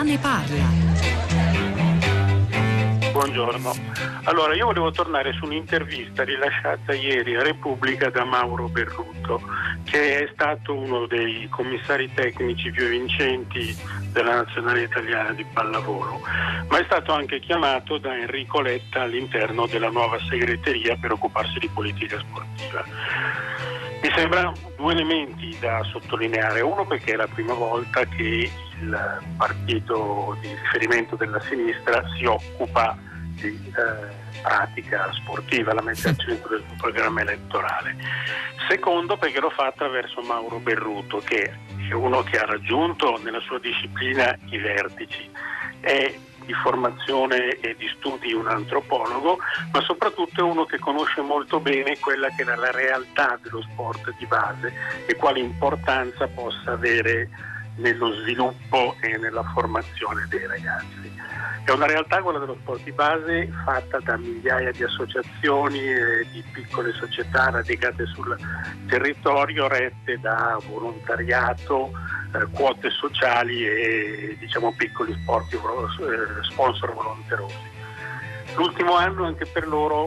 ne parla. Buongiorno. Allora, io volevo tornare su un'intervista rilasciata ieri a Repubblica da Mauro Berruto, che è stato uno dei commissari tecnici più vincenti della nazionale italiana di pallavolo, ma è stato anche chiamato da Enrico Letta all'interno della nuova segreteria per occuparsi di politica sportiva. Mi sembrano due elementi da sottolineare. Uno, perché è la prima volta che il partito di riferimento della sinistra si occupa di pratica sportiva, la mette al centro del programma elettorale. Secondo, perché lo fa attraverso Mauro Berruto, che è uno che ha raggiunto nella sua disciplina i vertici. È di formazione e di studi un antropologo, ma soprattutto è uno che conosce molto bene quella che è la realtà dello sport di base e quale importanza possa avere nello sviluppo e nella formazione dei ragazzi. È una realtà, quella dello sport di base, fatta da migliaia di associazioni e di piccole società radicate sul territorio, rette da volontariato, quote sociali e piccoli sponsor volonterosi. L'ultimo anno anche per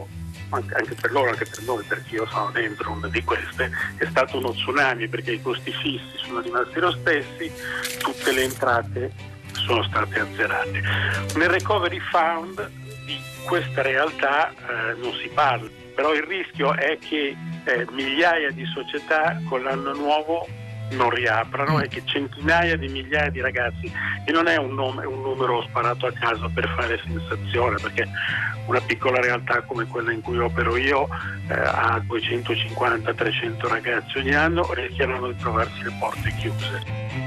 noi, perché io sono dentro una di queste, è stato uno tsunami, perché i costi fissi sono rimasti lo stessi, tutte le entrate sono state azzerate. Nel Recovery Fund di questa realtà non si parla, però il rischio è che migliaia di società con l'anno nuovo non riaprano e che centinaia di migliaia di ragazzi, e non è un numero sparato a caso per fare sensazione, perché una piccola realtà come quella in cui opero io ha 250-300 ragazzi ogni anno, rischiano di trovarsi le porte chiuse.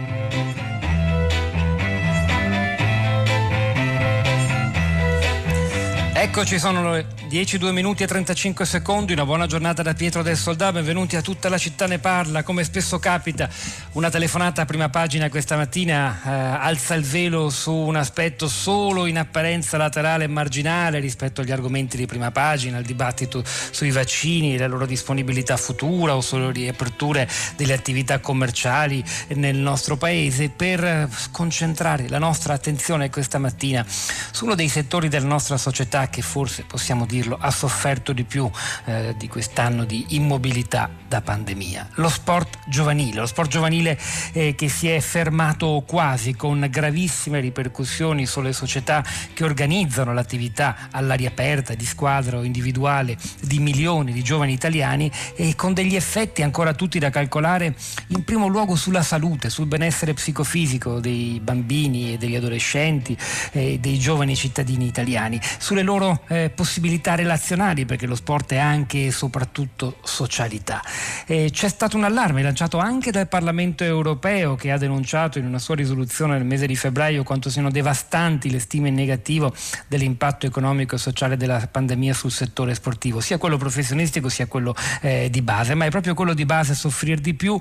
Eccoci, sono le 10:02 minuti e 35 secondi. Una buona giornata da Pietro del Soldà, benvenuti a Tutta la città ne parla. Come spesso capita, una telefonata a prima pagina questa mattina alza il velo su un aspetto solo in apparenza laterale e marginale rispetto agli argomenti di prima pagina, il dibattito sui vaccini, la loro disponibilità futura o solo riaperture delle attività commerciali nel nostro paese, per concentrare la nostra attenzione questa mattina su uno dei settori della nostra società che forse, possiamo dirlo, ha sofferto di più di quest'anno di immobilità da pandemia. Lo sport giovanile che si è fermato quasi, con gravissime ripercussioni sulle società che organizzano l'attività all'aria aperta, di squadra o individuale, di milioni di giovani italiani, e con degli effetti ancora tutti da calcolare, in primo luogo sulla salute, sul benessere psicofisico dei bambini e degli adolescenti e dei giovani cittadini italiani, sulle loro possibilità relazionali, perché lo sport è anche e soprattutto socialità. C'è stato un allarme lanciato anche dal Parlamento europeo, che ha denunciato in una sua risoluzione nel mese di febbraio quanto siano devastanti le stime in negativo dell'impatto economico e sociale della pandemia sul settore sportivo, sia quello professionistico sia quello di base, ma è proprio quello di base a soffrire di più,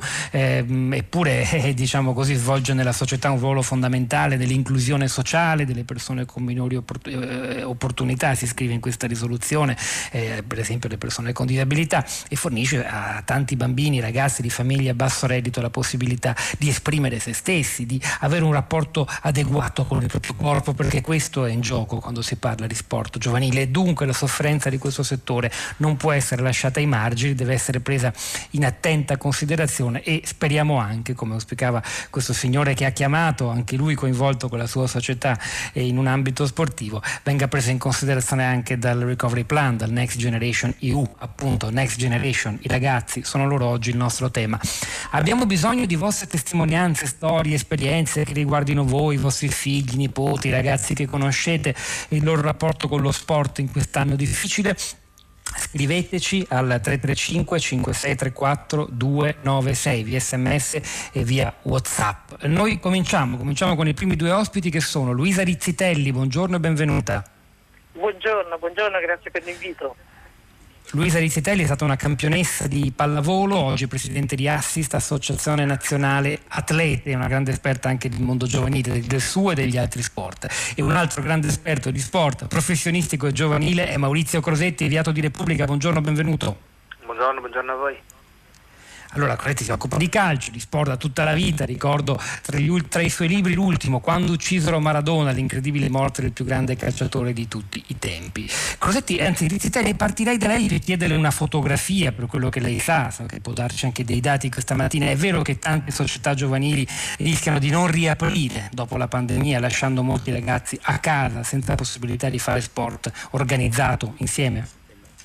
eppure diciamo così svolge nella società un ruolo fondamentale nell'inclusione sociale delle persone con minori opportunità, si scrive in questa risoluzione, per esempio le persone con disabilità, e fornisce a tanti bambini, ragazzi di famiglie a basso reddito la possibilità di esprimere se stessi, di avere un rapporto adeguato con il proprio corpo, perché questo è in gioco quando si parla di sport giovanile, e dunque la sofferenza di questo settore non può essere lasciata ai margini, deve essere presa in attenta considerazione, e speriamo anche, come auspicava questo signore che ha chiamato, anche lui coinvolto con la sua società in un ambito sportivo, venga presa in considerazione anche dal Recovery Plan, dal Next Generation EU, appunto Next Generation, i ragazzi sono loro oggi il nostro tema. Abbiamo bisogno di vostre testimonianze, storie, esperienze che riguardino voi, i vostri figli, nipoti, ragazzi che conoscete, il loro rapporto con lo sport in quest'anno difficile. Scriveteci al 335 5634 296 via SMS e via WhatsApp. Noi cominciamo con i primi due ospiti, che sono Luisa Rizzitelli. Buongiorno e benvenuta. Buongiorno, grazie per l'invito. Luisa Rizzitelli è stata una campionessa di pallavolo, oggi presidente di Assist, Associazione Nazionale Atlete, una grande esperta anche del mondo giovanile, del suo e degli altri sport. E un altro grande esperto di sport professionistico e giovanile è Maurizio Crosetti, inviato di Repubblica. Buongiorno, benvenuto. Buongiorno a voi. Allora, Crosetti si occupa di calcio, di sport da tutta la vita. Ricordo tra i suoi libri l'ultimo, Quando uccisero Maradona, l'incredibile morte del più grande calciatore di tutti i tempi. Crosetti, anzi, partirei da lei per chiederle una fotografia, per quello che lei sa, so che può darci anche dei dati questa mattina. È vero che tante società giovanili rischiano di non riaprire dopo la pandemia, lasciando molti ragazzi a casa senza possibilità di fare sport organizzato insieme?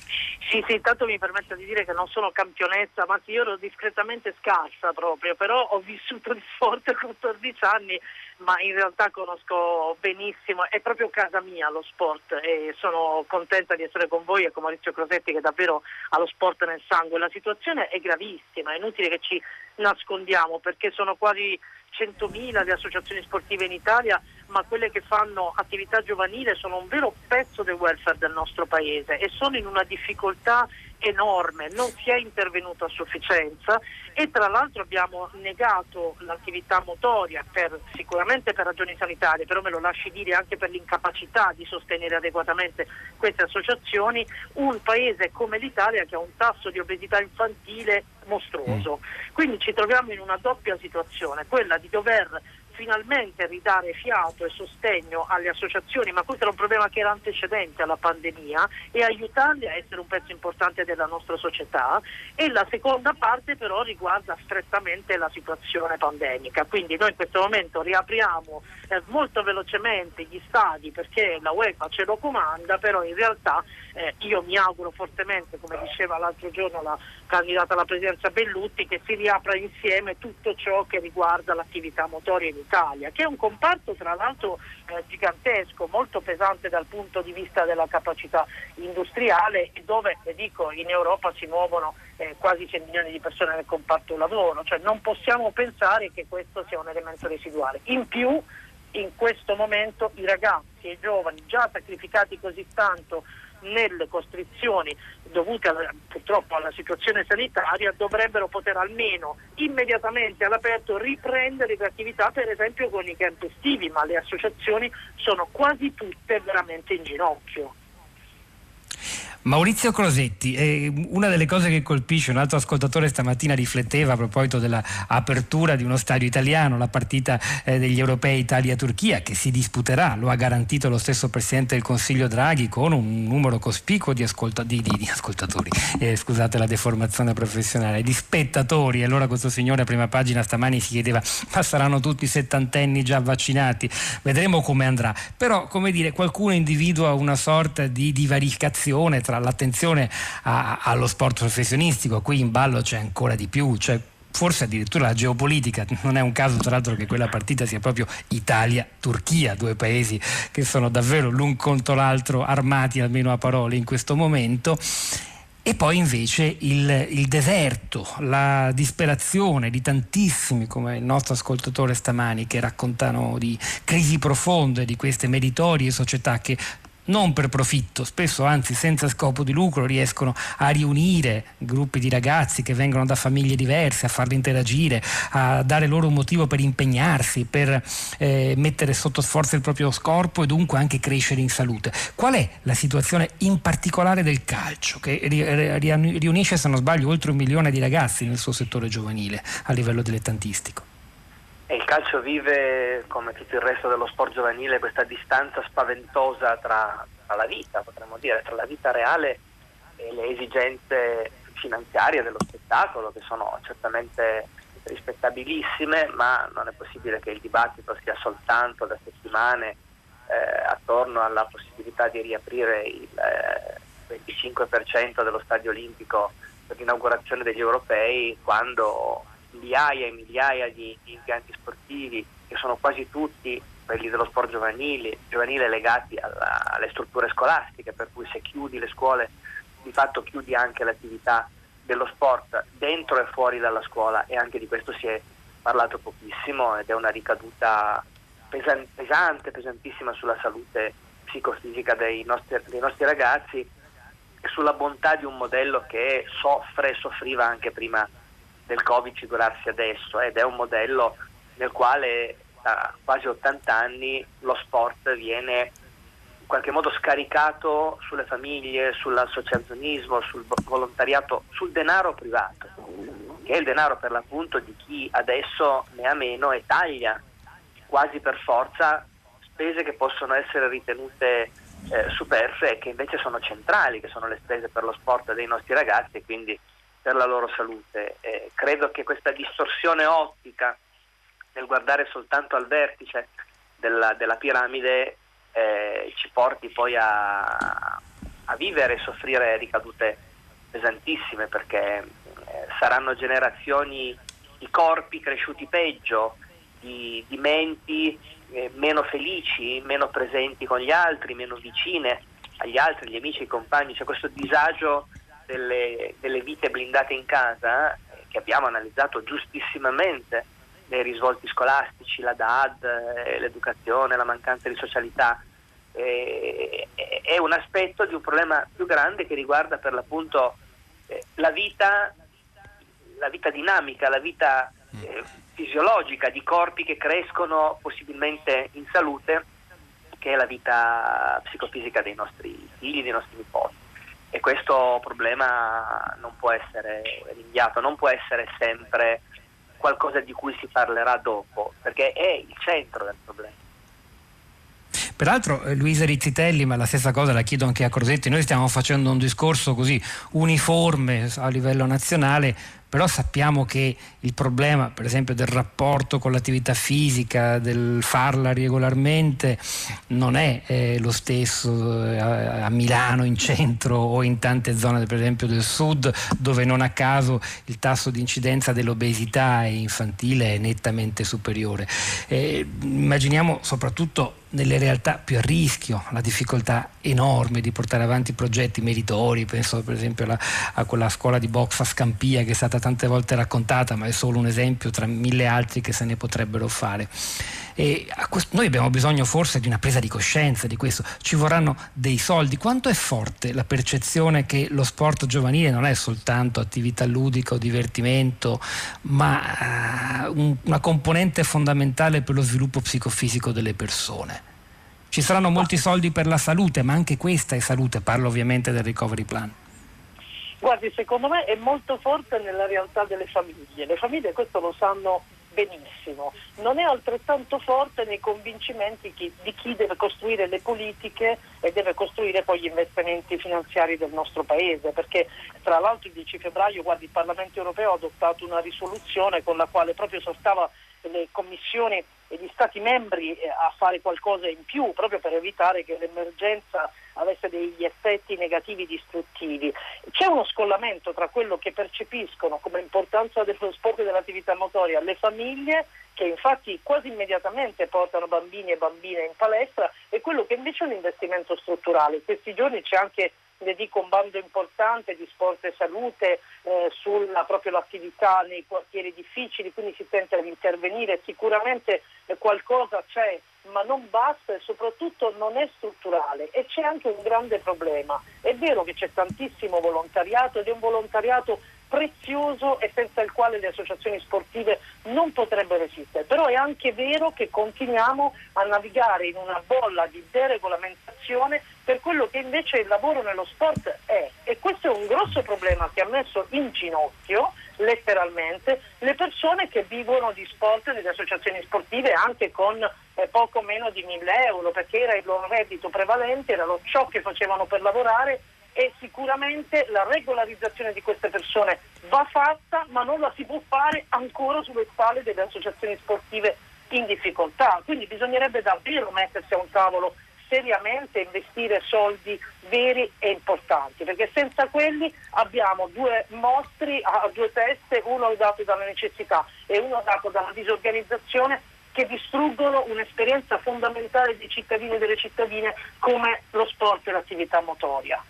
Sì, intanto mi permetto di dire che non sono campionessa, ma io ero discretamente scarsa proprio, però ho vissuto di sport a 14 anni, ma in realtà conosco benissimo, è proprio casa mia lo sport e sono contenta di essere con voi e con Maurizio Crosetti che davvero ha lo sport nel sangue. La situazione è gravissima, è inutile che ci nascondiamo perché sono quasi 100.000 le associazioni sportive in Italia, ma quelle che fanno attività giovanile sono un vero pezzo del welfare del nostro paese e sono in una difficoltà enorme, non si è intervenuto a sufficienza e tra l'altro abbiamo negato l'attività motoria sicuramente per ragioni sanitarie, però me lo lasci dire anche per l'incapacità di sostenere adeguatamente queste associazioni, un paese come l'Italia che ha un tasso di obesità infantile mostruoso. Quindi ci troviamo in una doppia situazione, quella di dover finalmente ridare fiato e sostegno alle associazioni, ma questo era un problema che era antecedente alla pandemia, e aiutarli a essere un pezzo importante della nostra società. E la seconda parte però riguarda strettamente la situazione pandemica, quindi noi in questo momento riapriamo molto velocemente gli stadi perché la UEFA ce lo comanda, però in realtà io mi auguro fortemente, come diceva l'altro giorno la candidata alla presidenza Bellutti, che si riapra insieme tutto ciò che riguarda l'attività motoria in Italia, che è un comparto tra l'altro gigantesco, molto pesante dal punto di vista della capacità industriale e dove, dico, in Europa si muovono quasi 100 milioni di persone nel comparto lavoro, cioè non possiamo pensare che questo sia un elemento residuale. In più, in questo momento i ragazzi e i giovani già sacrificati così tanto nelle costrizioni dovute purtroppo alla situazione sanitaria dovrebbero poter almeno immediatamente all'aperto riprendere le attività, per esempio con i camp estivi, ma le associazioni sono quasi tutte veramente in ginocchio. Maurizio Crosetti, una delle cose che colpisce, un altro ascoltatore stamattina rifletteva a proposito dell'apertura di uno stadio italiano, la partita degli europei Italia-Turchia che si disputerà, lo ha garantito lo stesso Presidente del Consiglio Draghi con un numero cospicuo di ascoltatori, scusate la deformazione professionale, di spettatori. E allora questo signore a prima pagina stamani si chiedeva: ma saranno tutti settantenni già vaccinati? Vedremo come andrà. Però, come dire, qualcuno individua una sorta di divaricazione tra l'attenzione allo sport professionistico, qui in ballo c'è ancora di più, cioè forse addirittura la geopolitica. Non è un caso tra l'altro che quella partita sia proprio Italia-Turchia, due paesi che sono davvero l'un contro l'altro armati almeno a parole in questo momento. E poi invece il deserto, la disperazione di tantissimi come il nostro ascoltatore stamani, che raccontano di crisi profonde di queste meritorie società che non per profitto, spesso anzi senza scopo di lucro, riescono a riunire gruppi di ragazzi che vengono da famiglie diverse, a farli interagire, a dare loro un motivo per impegnarsi, per mettere sotto sforzo il proprio corpo e dunque anche crescere in salute. Qual è la situazione in particolare del calcio, che riunisce, se non sbaglio, oltre 1 milione di ragazzi nel suo settore giovanile a livello dilettantistico? E il calcio vive, come tutto il resto dello sport giovanile, questa distanza spaventosa tra la vita, potremmo dire, tra la vita reale e le esigenze finanziarie dello spettacolo, che sono certamente rispettabilissime, ma non è possibile che il dibattito sia soltanto da settimane attorno alla possibilità di riaprire il 25% dello stadio olimpico per l'inaugurazione degli europei, quando migliaia e migliaia di impianti sportivi, che sono quasi tutti quelli dello sport giovanile legati alle strutture scolastiche, per cui se chiudi le scuole di fatto chiudi anche l'attività dello sport dentro e fuori dalla scuola, e anche di questo si è parlato pochissimo ed è una ricaduta pesantissima sulla salute psicofisica dei nostri ragazzi e sulla bontà di un modello che soffriva anche prima del Covid figurarsi adesso, ed è un modello nel quale da quasi 80 anni lo sport viene in qualche modo scaricato sulle famiglie, sull'associazionismo, sul volontariato, sul denaro privato, che è il denaro per l'appunto di chi adesso ne ha meno e taglia quasi per forza spese che possono essere ritenute superflue e che invece sono centrali, che sono le spese per lo sport dei nostri ragazzi e quindi per la loro salute. Credo che questa distorsione ottica nel guardare soltanto al vertice della piramide ci porti poi a vivere e soffrire ricadute pesantissime, perché saranno generazioni di corpi cresciuti peggio, di menti meno felici, meno presenti con gli altri, meno vicine agli altri, agli amici, ai compagni. C'è questo disagio delle vite blindate in casa che abbiamo analizzato giustissimamente nei risvolti scolastici, la DAD, l'educazione, la mancanza di socialità. È un aspetto di un problema più grande che riguarda per l'appunto la vita dinamica, la vita fisiologica di corpi che crescono possibilmente in salute, che è la vita psicofisica dei nostri figli, dei nostri nipoti. E questo problema non può essere rinviato, non può essere sempre qualcosa di cui si parlerà dopo, perché è il centro del problema. Peraltro Luisa Rizzitelli, ma la stessa cosa la chiedo anche a Crosetti, noi stiamo facendo un discorso così uniforme a livello nazionale, però sappiamo che il problema, per esempio, del rapporto con l'attività fisica, del farla regolarmente, non è lo stesso a Milano in centro o in tante zone, per esempio del sud, dove non a caso il tasso di incidenza dell'obesità infantile è nettamente superiore. Immaginiamo soprattutto nelle realtà più a rischio la difficoltà enorme di portare avanti progetti meritori. Penso per esempio a quella scuola di box a Scampia che è stata tante volte raccontata, ma è solo un esempio tra mille altri che se ne potrebbero fare. E noi abbiamo bisogno forse di una presa di coscienza di questo, ci vorranno dei soldi. Quanto è forte la percezione che lo sport giovanile non è soltanto attività ludica o divertimento, ma una componente fondamentale per lo sviluppo psicofisico delle persone? Ci saranno molti soldi per la salute, ma anche questa è salute, parlo ovviamente del recovery plan. Guardi, secondo me è molto forte nella realtà delle famiglie. Le famiglie questo lo sanno benissimo. Non è altrettanto forte nei convincimenti di chi deve costruire le politiche e deve costruire poi gli investimenti finanziari del nostro paese, perché tra l'altro il 10 febbraio il Parlamento europeo ha adottato una risoluzione con la quale proprio esortava le commissioni e gli Stati membri a fare qualcosa in più, proprio per evitare che l'emergenza avesse degli effetti negativi distruttivi. C'è uno scollamento tra quello che percepiscono come importanza dello sport e dell'attività motoria le famiglie, che infatti quasi immediatamente portano bambini e bambine in palestra, e quello che invece è un investimento strutturale. In questi giorni c'è anche, le dico, un bando importante di sport e salute sulla proprio l'attività nei quartieri difficili, quindi si tenta di intervenire. Sicuramente qualcosa c'è, ma non basta e soprattutto non è strutturale. E c'è anche un grande problema. È vero che c'è tantissimo volontariato ed è un volontariato prezioso e senza il quale le associazioni sportive non potrebbero esistere, però è anche vero che continuiamo a navigare in una bolla di deregolamentazione per quello che invece il lavoro nello sport è, e questo è un grosso problema che ha messo in ginocchio letteralmente le persone che vivono di sport e delle associazioni sportive anche con poco meno di 1.000 euro, perché era il loro reddito prevalente, era ciò che facevano per lavorare. E sicuramente la regolarizzazione di queste persone va fatta, ma non la si può fare ancora sulle spalle delle associazioni sportive in difficoltà. Quindi bisognerebbe davvero mettersi a un tavolo seriamente e investire soldi veri e importanti, perché senza quelli abbiamo due mostri a due teste, uno dato dalla necessità e uno dato dalla disorganizzazione, che distruggono un'esperienza fondamentale dei cittadini e delle cittadine come lo sport e l'attività motoria.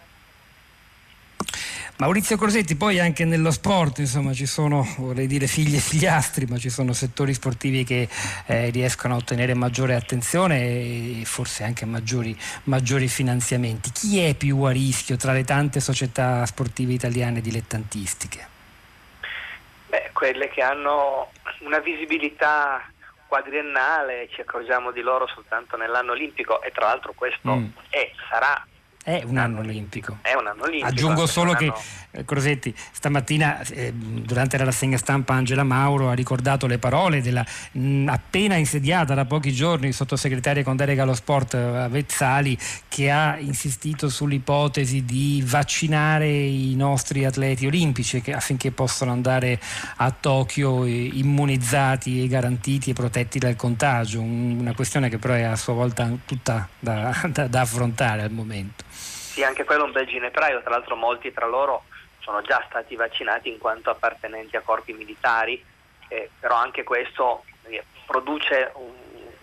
Maurizio Crosetti, poi anche nello sport, insomma, ci sono, vorrei dire, figli e figliastri, ma ci sono settori sportivi che riescono a ottenere maggiore attenzione e forse anche maggiori finanziamenti. Chi è più a rischio tra le tante società sportive italiane dilettantistiche? Quelle che hanno una visibilità quadriennale, ci accorgiamo di loro soltanto nell'anno olimpico, e tra l'altro questo sarà È un anno olimpico. È un anno olimpico. Aggiungo solo che Crosetti, stamattina durante la rassegna stampa Angela Mauro ha ricordato le parole della appena insediata da pochi giorni sottosegretaria con delega allo sport Vezzali, che ha insistito sull'ipotesi di vaccinare i nostri atleti olimpici affinché possano andare a Tokyo immunizzati e garantiti e protetti dal contagio, una questione che però è a sua volta tutta da affrontare al momento. Sì, anche quello è un bel ginepraio, tra l'altro molti tra loro sono già stati vaccinati in quanto appartenenti a corpi militari, però anche questo produce un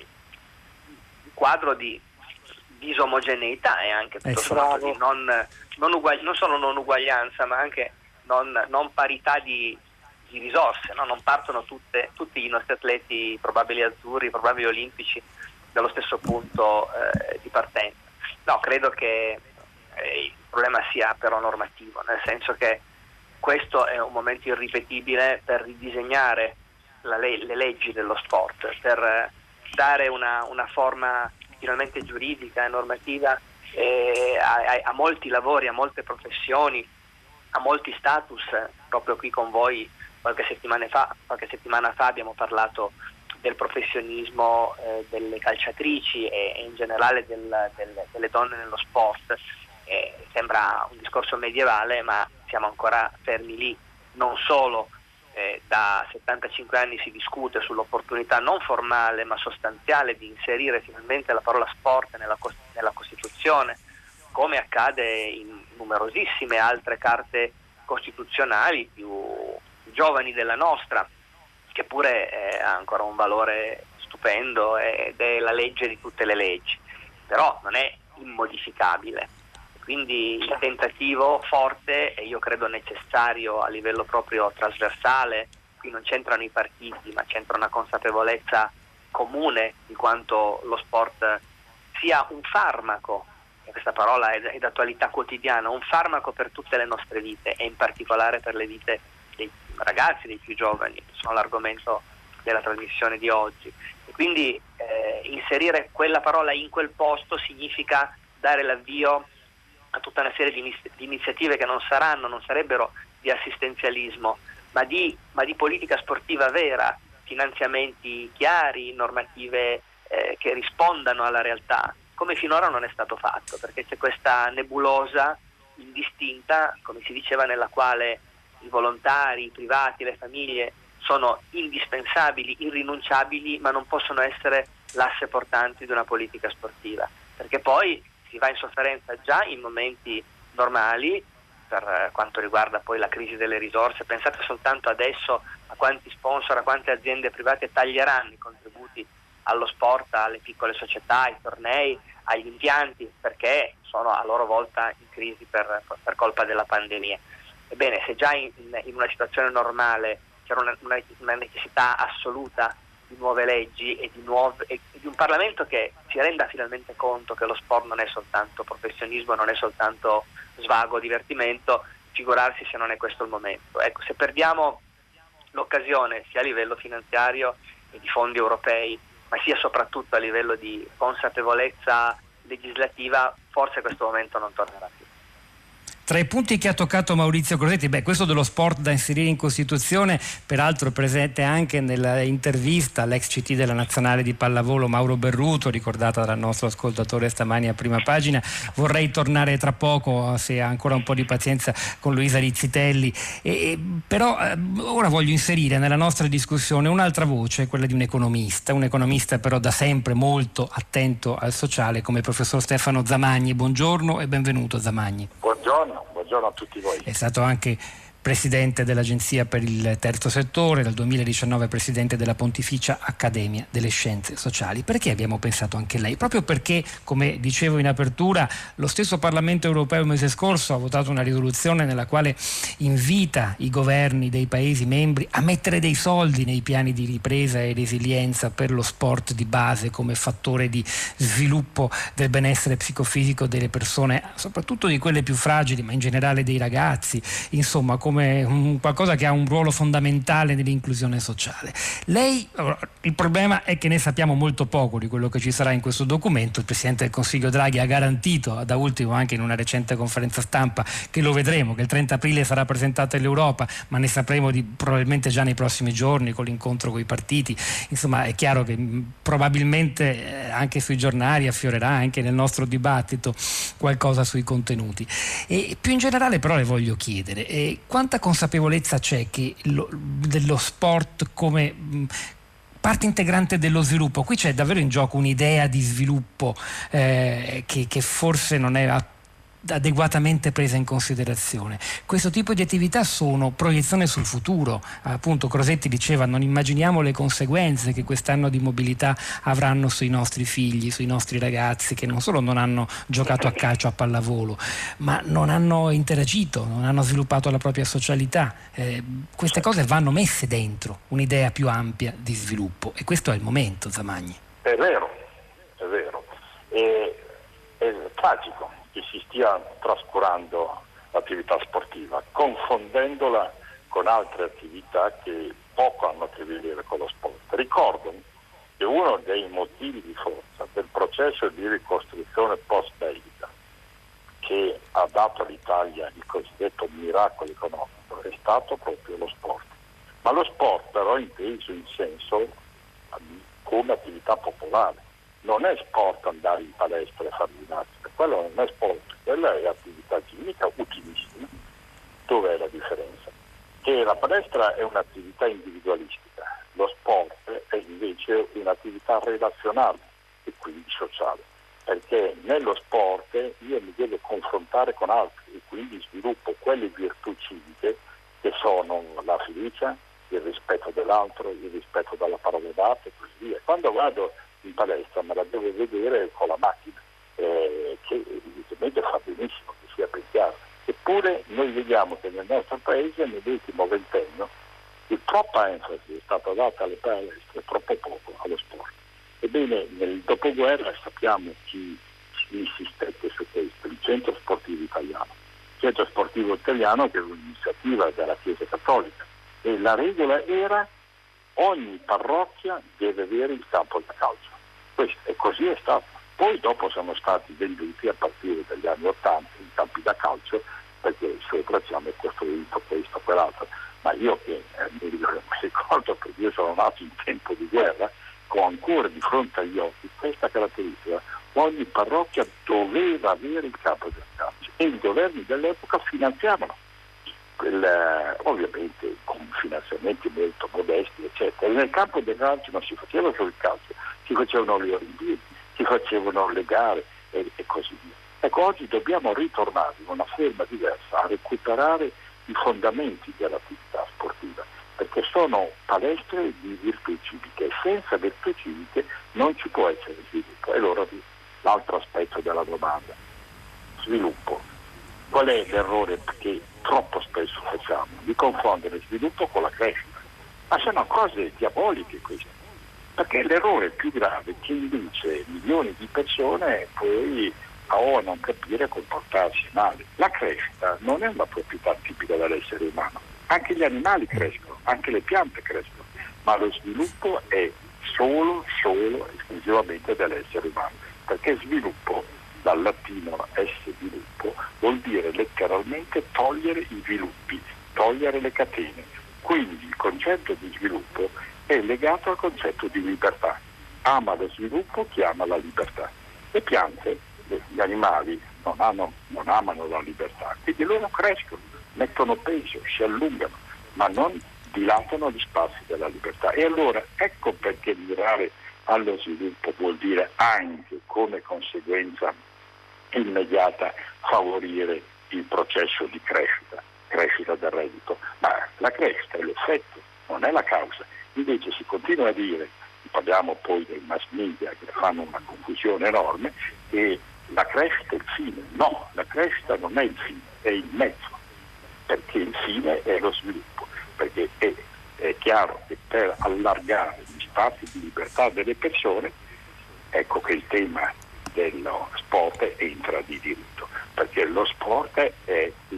quadro di disomogeneità e anche tutto sommato di non solo non uguaglianza, ma anche non parità di risorse, no? Non partono tutti i nostri atleti probabili azzurri, probabili olimpici dallo stesso punto di partenza. No, credo che il problema sia però normativo, nel senso che questo è un momento irripetibile per ridisegnare le leggi dello sport, per dare una forma finalmente giuridica e normativa a molti lavori, a molte professioni, a molti status. Proprio qui con voi qualche settimana fa abbiamo parlato del professionismo delle calciatrici e in generale delle donne nello sport. Sembra un discorso medievale, ma siamo ancora fermi lì. Non solo da 75 anni si discute sull'opportunità non formale ma sostanziale di inserire finalmente la parola sport nella Costituzione, come accade in numerosissime altre carte costituzionali più giovani della nostra, che pure ha ancora un valore stupendo ed è la legge di tutte le leggi, però non è immodificabile. Quindi il tentativo forte e io credo necessario a livello proprio trasversale, qui non c'entrano i partiti ma c'entra una consapevolezza comune di quanto lo sport sia un farmaco, e questa parola è d'attualità quotidiana, un farmaco per tutte le nostre vite e in particolare per le vite dei ragazzi, dei più giovani, che sono l'argomento della trasmissione di oggi. E quindi inserire quella parola in quel posto significa dare l'avvio a tutta una serie di iniziative che non sarebbero di assistenzialismo, ma di politica sportiva vera, finanziamenti chiari, normative che rispondano alla realtà, come finora non è stato fatto, perché c'è questa nebulosa indistinta, come si diceva, nella quale i volontari, i privati, le famiglie sono indispensabili, irrinunciabili, ma non possono essere l'asse portante di una politica sportiva, perché poi si va in sofferenza già in momenti normali per quanto riguarda poi la crisi delle risorse. Pensate soltanto adesso a quanti sponsor, a quante aziende private taglieranno i contributi allo sport, alle piccole società, ai tornei, agli impianti, perché sono a loro volta in crisi per colpa della pandemia. Ebbene, se già in una situazione normale c'era una necessità assoluta di nuove leggi e di un Parlamento che si renda finalmente conto che lo sport non è soltanto professionismo, non è soltanto svago, divertimento, figurarsi se non è questo il momento. Ecco, se perdiamo l'occasione sia a livello finanziario e di fondi europei, ma sia soprattutto a livello di consapevolezza legislativa, forse questo momento non tornerà più. Tra i punti che ha toccato Maurizio Crosetti, questo dello sport da inserire in Costituzione, peraltro presente anche nell'intervista all'ex CT della Nazionale di pallavolo Mauro Berruto, ricordata dal nostro ascoltatore stamani a Prima Pagina. Vorrei tornare tra poco, se ha ancora un po' di pazienza, con Luisa Rizzitelli. Però ora voglio inserire nella nostra discussione un'altra voce, quella di un economista però da sempre molto attento al sociale, come il professor Stefano Zamagni. Buongiorno e benvenuto, Zamagni. Buongiorno a tutti voi. È stato anche presidente dell'Agenzia per il Terzo Settore, dal 2019 presidente della Pontificia Accademia delle Scienze Sociali. Perché abbiamo pensato anche lei? Proprio perché, come dicevo in apertura, lo stesso Parlamento europeo il mese scorso ha votato una risoluzione nella quale invita i governi dei Paesi membri a mettere dei soldi nei piani di ripresa e resilienza per lo sport di base come fattore di sviluppo del benessere psicofisico delle persone, soprattutto di quelle più fragili, ma in generale dei ragazzi, insomma come come qualcosa che ha un ruolo fondamentale nell'inclusione sociale. Il problema è che ne sappiamo molto poco di quello che ci sarà in questo documento. Il Presidente del Consiglio Draghi ha garantito, da ultimo anche in una recente conferenza stampa, che lo vedremo, che il 30 aprile sarà presentato all'Europa, ma ne sapremo probabilmente già nei prossimi giorni con l'incontro con i partiti. Insomma, è chiaro che probabilmente anche sui giornali affiorerà anche nel nostro dibattito qualcosa sui contenuti. E più in generale però le voglio chiedere quanta consapevolezza c'è che dello sport come parte integrante dello sviluppo. Qui c'è davvero in gioco un'idea di sviluppo che forse non è adeguatamente presa in considerazione. Questo tipo di attività sono proiezione sul futuro. Appunto Crosetti diceva: non immaginiamo le conseguenze che quest'anno di mobilità avranno sui nostri figli, sui nostri ragazzi che non solo non hanno giocato a calcio, a pallavolo, ma non hanno interagito, non hanno sviluppato la propria socialità. Queste cose vanno messe dentro un'idea più ampia di sviluppo, e questo è il momento, Zamagni. È vero. È tragico che si stia trascurando l'attività sportiva, confondendola con altre attività che poco hanno a che vedere con lo sport. Ricordo che uno dei motivi di forza del processo di ricostruzione post-bellica che ha dato all'Italia il cosiddetto miracolo economico è stato proprio lo sport. Ma lo sport però inteso in senso come attività popolare. Non è sport andare in palestra e fare ginnastica, quello non è sport, quella è attività chimica utilissima. Dov'è la differenza? Che la palestra è un'attività individualistica, lo sport è invece un'attività relazionale e quindi sociale, perché nello sport io mi devo confrontare con altri e quindi sviluppo quelle virtù civiche che sono la fiducia, il rispetto dell'altro, il rispetto della parola data e così via. Quando vado in palestra me la devo vedere con la macchina, che evidentemente fa benissimo, che sia ben chiaro. Eppure noi vediamo che nel nostro paese nell'ultimo ventennio troppa enfasi è stata data alle palestre, troppo poco allo sport. Ebbene, nel dopoguerra sappiamo chi insistette su questo, il Centro Sportivo Italiano. Il Centro Sportivo Italiano che è un'iniziativa della Chiesa Cattolica, e la regola era: ogni parrocchia deve avere il campo da calcio. E così è stato. Poi dopo sono stati venduti a partire dagli anni '80 i campi da calcio, perché sopra ci hanno costruito questo, quell'altro. Ma io che mi ricordo, perché io sono nato in tempo di guerra, ho ancora di fronte agli occhi questa caratteristica: ogni parrocchia doveva avere il campo da calcio e i governi dell'epoca finanziavano. Ovviamente con finanziamenti molto modesti, eccetera. E nel campo del calcio non si faceva solo il calcio, si facevano le Olimpiadi, si facevano le gare e così via. Ecco, oggi dobbiamo ritornare in una forma diversa a recuperare i fondamenti dell'attività sportiva, perché sono palestre di virtù civiche e senza virtù civiche non ci può essere sviluppo. E allora l'altro aspetto della domanda: sviluppo. Qual è l'errore che troppo spesso facciamo? Di confondere sviluppo con la crescita. Ma sono cose diaboliche queste, perché l'errore più grave che induce milioni di persone poi a non capire e comportarsi male. La crescita non è una proprietà tipica dell'essere umano, anche gli animali crescono, anche le piante crescono, ma lo sviluppo è solo esclusivamente dell'essere umano, perché sviluppo, dal latino sviluppo, vuol dire letteralmente togliere i sviluppi, togliere le catene. Quindi il concetto di sviluppo è legato al concetto di libertà. Ama lo sviluppo chi ama la libertà. Le piante, gli animali non amano la libertà, quindi loro crescono, mettono peso, si allungano, ma non dilatano gli spazi della libertà. E allora ecco perché mirare allo sviluppo vuol dire anche, come conseguenza immediata, favorire il processo di crescita del reddito. Ma la crescita è l'effetto, non è la causa. Invece si continua a dire, parliamo poi dei mass media che fanno una confusione enorme, che la crescita è il fine. No, la crescita non è il fine, è il mezzo, perché il fine è lo sviluppo, perché è chiaro che per allargare gli spazi di libertà delle persone, ecco che il tema dello sport entra di diritto, perché lo sport è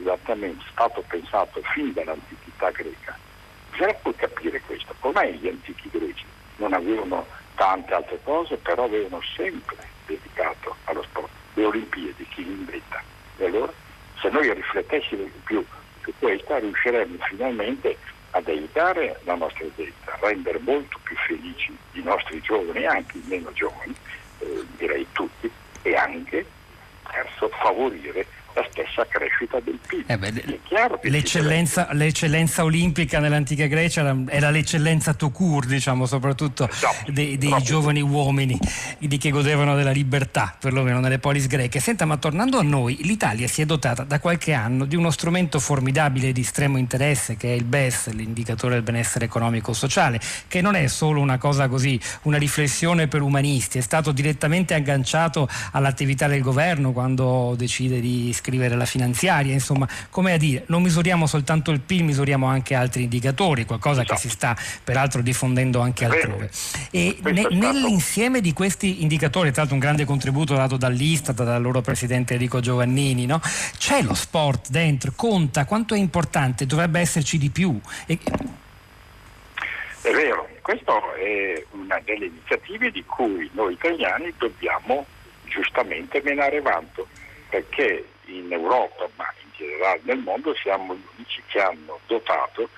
esattamente stato pensato fin dall'antichità greca. Bisogna poi capire questo, come gli antichi greci non avevano tante altre cose, però avevano sempre dedicato allo sport. Le Olimpiadi, chi li inventa? E allora, se noi riflettessimo di più su questo, riusciremmo finalmente ad aiutare la nostra gente, a rendere molto più felici i nostri giovani, anche i meno giovani, direi tutti, e anche verso favorire la stessa crescita del PIL. È chiaro che l'eccellenza olimpica nell'antica Grecia era l'eccellenza tout court, diciamo, soprattutto dei giovani uomini di che godevano della libertà, perlomeno nelle polis greche. Senta, ma tornando a noi, l'Italia si è dotata da qualche anno di uno strumento formidabile di estremo interesse, che è il BES, l'indicatore del benessere economico-sociale, che non è solo una cosa così, una riflessione per umanisti, è stato direttamente agganciato all'attività del governo quando decide di scrivere la finanziaria, insomma, come a dire, non misuriamo soltanto il PIL, misuriamo anche altri indicatori, qualcosa che si sta peraltro diffondendo anche altrove. E nell'insieme di questi indicatori, tra l'altro un grande contributo dato dall'Istat, dal loro presidente Enrico Giovannini, no? C'è lo sport dentro, conta, quanto è importante, dovrebbe esserci di più. È vero, questa è una delle iniziative di cui noi italiani dobbiamo giustamente menare vanto, perché in Europa, ma in generale nel mondo, siamo gli unici che hanno dotato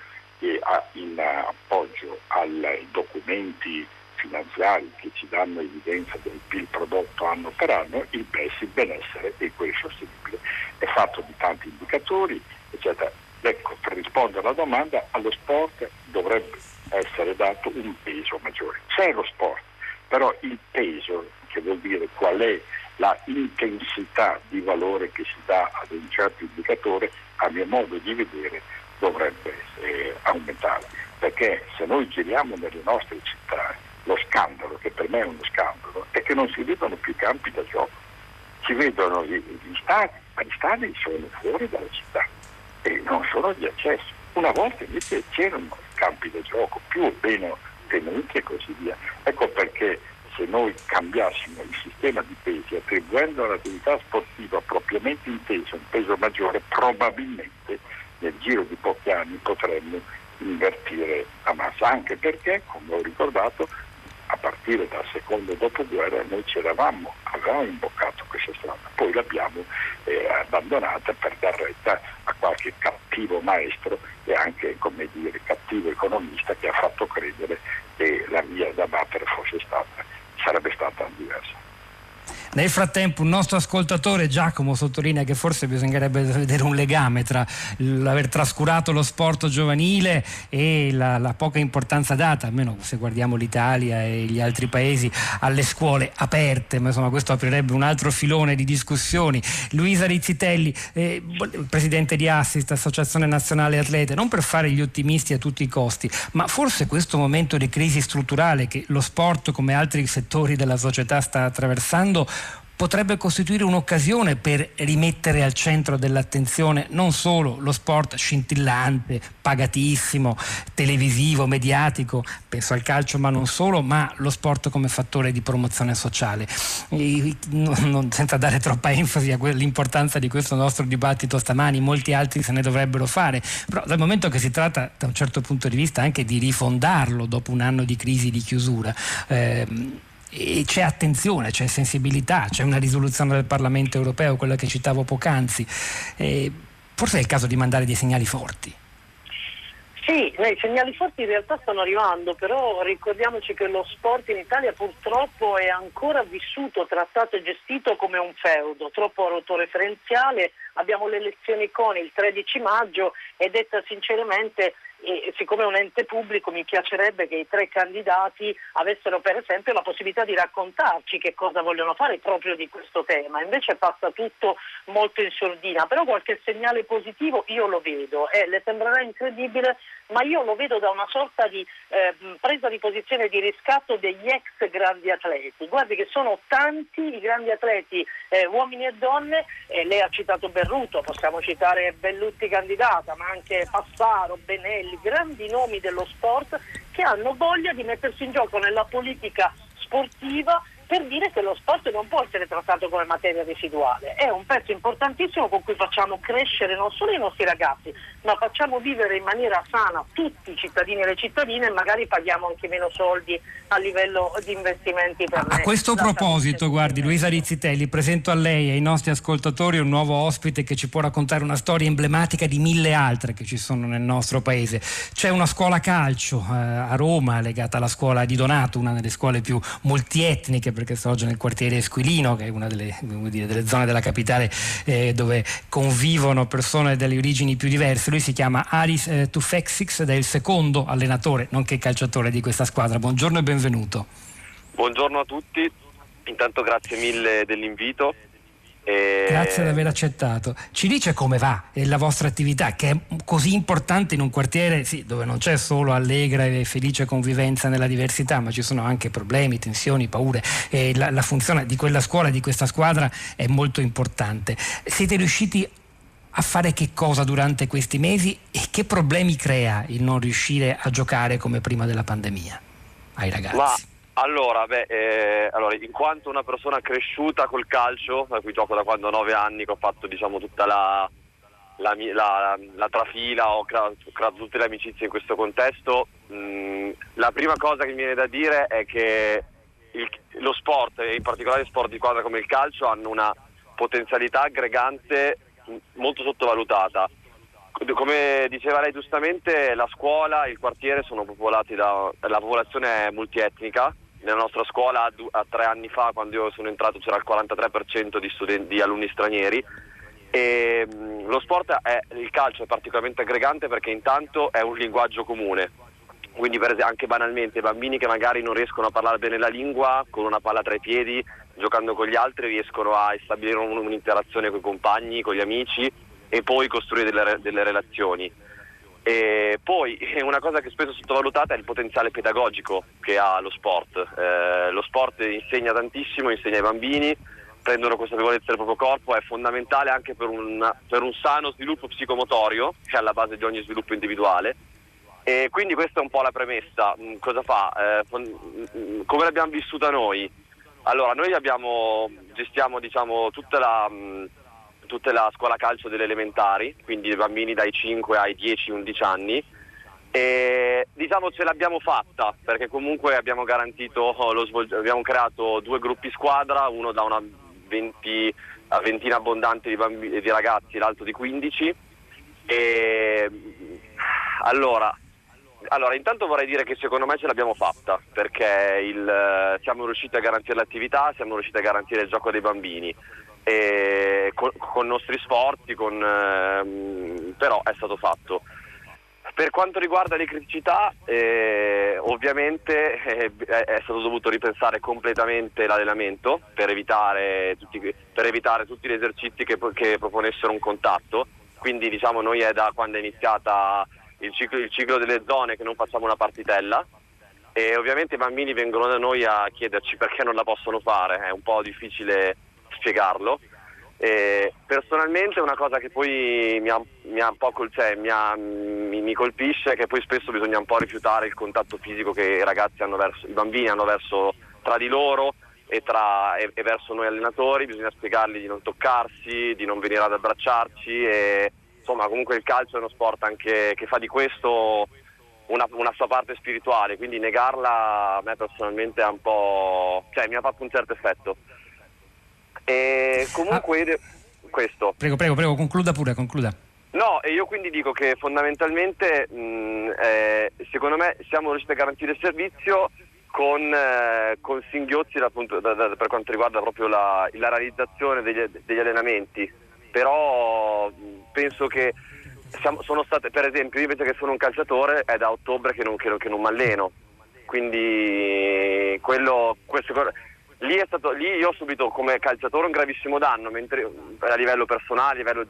in appoggio ai documenti finanziari che ci danno evidenza del PIL prodotto anno per anno, il BES, il benessere equo e sostenibile. È fatto di tanti indicatori, eccetera. Ecco, per rispondere alla domanda, allo sport dovrebbe essere dato un peso maggiore. C'è lo sport, però il peso, che vuol dire qual è la intensità di valore che si dà ad un certo indicatore, a mio modo di vedere dovrebbe aumentare, perché se noi giriamo nelle nostre città, lo scandalo, che per me è uno scandalo, è che non si vedono più campi da gioco, si vedono gli stadi, ma gli stadi sono fuori dalla città e non sono gli accessi. Una volta invece c'erano campi da gioco più o meno tenuti e così via. Ecco perché se noi cambiassimo il sistema di pesi, attribuendo all'attività sportiva propriamente intesa un peso maggiore, probabilmente nel giro di pochi anni potremmo invertire la massa, anche perché, come ho ricordato, a partire dal secondo dopoguerra noi avevamo imboccato questa strada, poi l'abbiamo abbandonata per dar retta a qualche cattivo maestro e anche, come dire, cattivo economista che ha fatto credere che la via da battere sarebbe stata diversa. Nel frattempo un nostro ascoltatore, Giacomo, sottolinea che forse bisognerebbe vedere un legame tra l'aver trascurato lo sport giovanile e la poca importanza data, almeno se guardiamo l'Italia e gli altri paesi, alle scuole aperte, ma insomma questo aprirebbe un altro filone di discussioni. Luisa Rizzitelli, presidente di Assist, Associazione Nazionale Atlete, non per fare gli ottimisti a tutti i costi, ma forse questo momento di crisi strutturale che lo sport, come altri settori della società, sta attraversando, potrebbe costituire un'occasione per rimettere al centro dell'attenzione non solo lo sport scintillante, pagatissimo, televisivo, mediatico, penso al calcio ma non solo, ma lo sport come fattore di promozione sociale. Senza dare troppa enfasi all'importanza di questo nostro dibattito stamani, molti altri se ne dovrebbero fare, però dal momento che si tratta da un certo punto di vista anche di rifondarlo dopo un anno di crisi, di chiusura, e c'è attenzione, c'è sensibilità, c'è una risoluzione del Parlamento europeo, quella che citavo poc'anzi, forse è il caso di mandare dei segnali forti. Sì, i segnali forti in realtà stanno arrivando, però ricordiamoci che lo sport in Italia purtroppo è ancora vissuto, trattato e gestito come un feudo, troppo autoreferenziale. Abbiamo le elezioni CONI il 13 maggio e, detta sinceramente, siccome è un ente pubblico, mi piacerebbe che i tre candidati avessero per esempio la possibilità di raccontarci che cosa vogliono fare proprio di questo tema. Invece passa tutto molto in sordina, però qualche segnale positivo io lo vedo, le sembrerà incredibile, ma io lo vedo da una sorta di presa di posizione di riscatto degli ex grandi atleti. Guardi che sono tanti i grandi atleti, uomini e donne, lei ha citato Berruto, possiamo citare Bellutti candidata, ma anche Passaro, Benelli, grandi nomi dello sport che hanno voglia di mettersi in gioco nella politica sportiva per dire che lo sport non può essere trattato come materia residuale, è un pezzo importantissimo con cui facciamo crescere non solo i nostri ragazzi, ma facciamo vivere in maniera sana tutti i cittadini e le cittadine, e magari paghiamo anche meno soldi a livello di investimenti per A questo proposito, guardi, Luisa Rizzitelli, presento a lei e ai nostri ascoltatori un nuovo ospite che ci può raccontare una storia emblematica di 1000 altre che ci sono nel nostro paese. C'è una scuola calcio a Roma legata alla scuola di Donato, una delle scuole più multietniche, perché sorge nel quartiere Esquilino, che è una delle zone della capitale dove convivono persone delle origini più diverse. Lui si chiama Aris Tufekcic ed è il secondo allenatore, nonché calciatore di questa squadra. Buongiorno e benvenuto. Buongiorno a tutti, intanto grazie mille dell'invito. Grazie di aver accettato. Ci dice come va la vostra attività, che è così importante in un quartiere dove non c'è solo allegra e felice convivenza nella diversità, ma ci sono anche problemi, tensioni, paure, e la funzione di quella scuola, di questa squadra, è molto importante. Siete riusciti a fare che cosa durante questi mesi e che problemi crea il non riuscire a giocare come prima della pandemia ai ragazzi? Allora, in quanto una persona cresciuta col calcio, da cui gioco da quando ho 9 anni, che ho fatto tutta la trafila, ho creato tutte le amicizie in questo contesto, la prima cosa che mi viene da dire è che lo sport, e in particolare sport di squadra come il calcio, hanno una potenzialità aggregante molto sottovalutata. Come diceva lei giustamente, la scuola, il quartiere sono popolati la popolazione è multietnica. Nella nostra scuola a 3 anni fa, quando io sono entrato, c'era il 43% di alunni stranieri, e lo sport il calcio è particolarmente aggregante perché intanto è un linguaggio comune. Quindi per esempio, anche banalmente, i bambini che magari non riescono a parlare bene la lingua, con una palla tra i piedi, giocando con gli altri, riescono a stabilire un'interazione con i compagni, con gli amici, e poi costruire delle relazioni. E poi una cosa che spesso è sottovalutata è il potenziale pedagogico che ha lo sport. Lo sport insegna tantissimo, insegna ai bambini, prendono consapevolezza del proprio corpo, è fondamentale anche per un sano sviluppo psicomotorio, che è alla base di ogni sviluppo individuale. E quindi questa è un po' la premessa. Cosa fa? Come l'abbiamo vissuta noi? Allora, noi gestiamo tutta la scuola calcio delle elementari, quindi i bambini dai 5 ai 10-11 anni, e ce l'abbiamo fatta perché comunque abbiamo garantito abbiamo creato 2 gruppi squadra, uno da una ventina abbondante di ragazzi, l'altro di 15. E allora intanto vorrei dire che secondo me ce l'abbiamo fatta perché siamo riusciti a garantire l'attività, siamo riusciti a garantire il gioco dei bambini, e con nostri sforzi, però è stato fatto. Per quanto riguarda le criticità, ovviamente è stato dovuto ripensare completamente l'allenamento per evitare tutti gli esercizi che proponessero un contatto. Quindi noi è da quando è iniziata il ciclo delle zone che non facciamo una partitella, e ovviamente i bambini vengono da noi a chiederci perché non la possono fare, è un po' difficile spiegarlo. Personalmente una cosa che poi mi colpisce è che poi spesso bisogna un po' rifiutare il contatto fisico che i bambini hanno verso tra di loro e verso noi allenatori. Bisogna spiegargli di non toccarsi, di non venire ad abbracciarci, e insomma comunque il calcio è uno sport anche che fa di questo una sua parte spirituale, quindi negarla a me personalmente è un po', mi ha fatto un certo effetto. E comunque questo. Prego, concluda. No, e io quindi dico che fondamentalmente secondo me siamo riusciti a garantire il servizio con singhiozzi per quanto riguarda proprio la realizzazione degli allenamenti, però penso che sono state, per esempio, io invece che sono un calciatore è da ottobre che non mi alleno, quindi lì io ho subito come calciatore un gravissimo danno, mentre a livello personale, a livello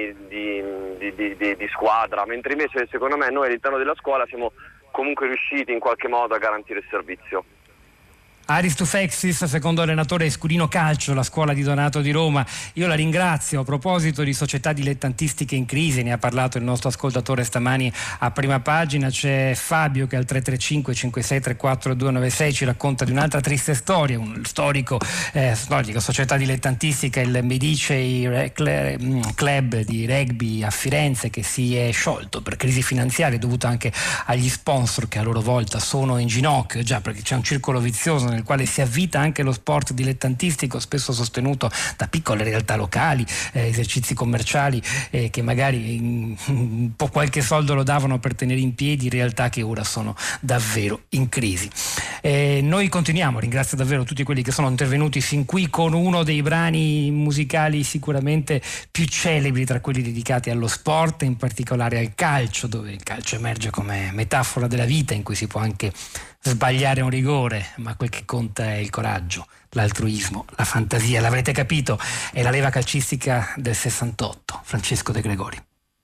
di squadra, mentre invece secondo me noi all'interno della scuola siamo comunque riusciti in qualche modo a garantire il servizio. Aris Tufexis, secondo allenatore Escurino Calcio, la scuola di Donato di Roma. Io la ringrazio. A proposito di società dilettantistiche in crisi, ne ha parlato il nostro ascoltatore stamani a Prima Pagina. C'è Fabio che al 335 5634 296 ci racconta di un'altra triste storia, un storica società dilettantistica, il Medici Club di rugby a Firenze, che si è sciolto per crisi finanziarie dovuta anche agli sponsor che a loro volta sono in ginocchio, già perché c'è un circolo vizioso nel quale si avvita anche lo sport dilettantistico, spesso sostenuto da piccole realtà locali, esercizi commerciali che magari un po' qualche soldo lo davano per tenere in piedi realtà che ora sono davvero in crisi. Noi continuiamo, ringrazio davvero tutti quelli che sono intervenuti fin qui con uno dei brani musicali sicuramente più celebri tra quelli dedicati allo sport, in particolare al calcio, dove il calcio emerge come metafora della vita, in cui si può anche sbagliare un rigore, ma quel che conta è il coraggio, l'altruismo, la fantasia. L'avrete capito, è la leva calcistica del 68, Francesco De Gregori.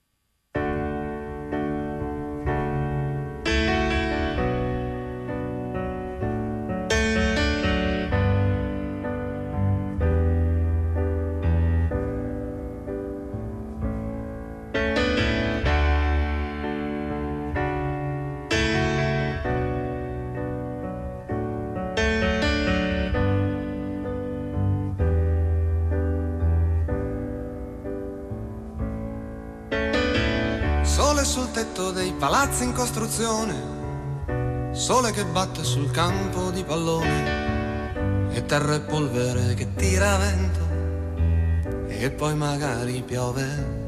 Sul tetto dei palazzi in costruzione, sole che batte sul campo di pallone, e terra e polvere che tira vento, e poi magari piove.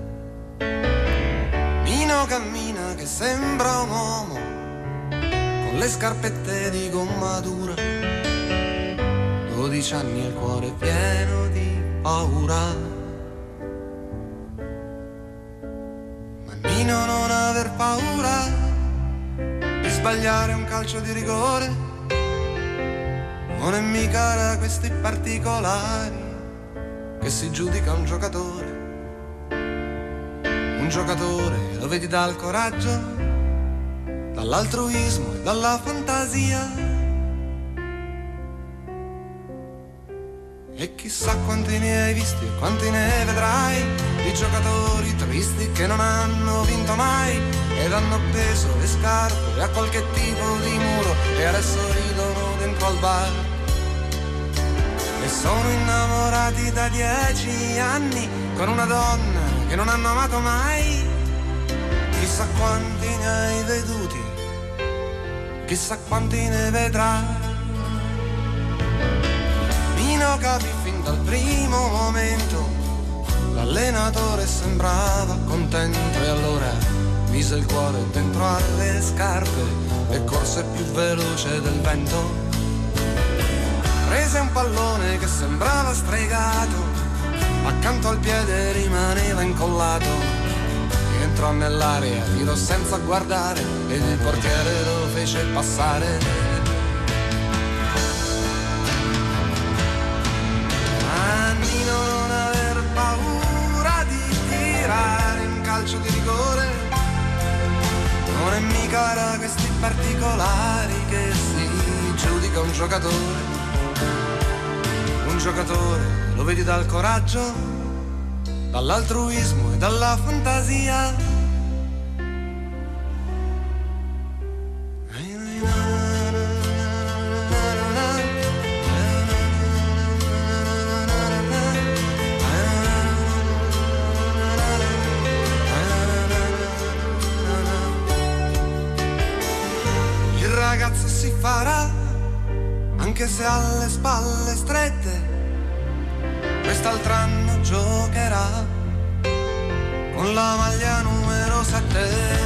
Nino cammina che sembra un uomo, con le scarpette di gomma dura, 12 anni e il cuore pieno di paura. Nino, non aver paura di sbagliare un calcio di rigore, non è mica da questi particolari che si giudica un giocatore. Un giocatore lo vedi dal coraggio, dall'altruismo e dalla fantasia. E chissà quanti ne hai visti e quanti ne vedrai, di giocatori tristi che non hanno vinto mai ed hanno appeso le scarpe a qualche tipo di muro e adesso ridono dentro al bar. E sono innamorati da 10 anni con una donna che non hanno amato mai. Chissà quanti ne hai veduti, chissà quanti ne vedrai. Nino capì fin dal primo momento, l'allenatore sembrava contento e allora mise il cuore dentro alle scarpe e corse più veloce del vento. Prese un pallone che sembrava stregato, accanto al piede rimaneva incollato, entrò nell'area, tirò senza guardare ed il portiere lo fece passare. Non aver paura di tirare un calcio di rigore, non è mica da questi particolari che si giudica un giocatore. Un giocatore lo vedi dal coraggio, dall'altruismo e dalla fantasia. Anche se ha le spalle strette, quest'altro anno giocherà con la maglia numero 7.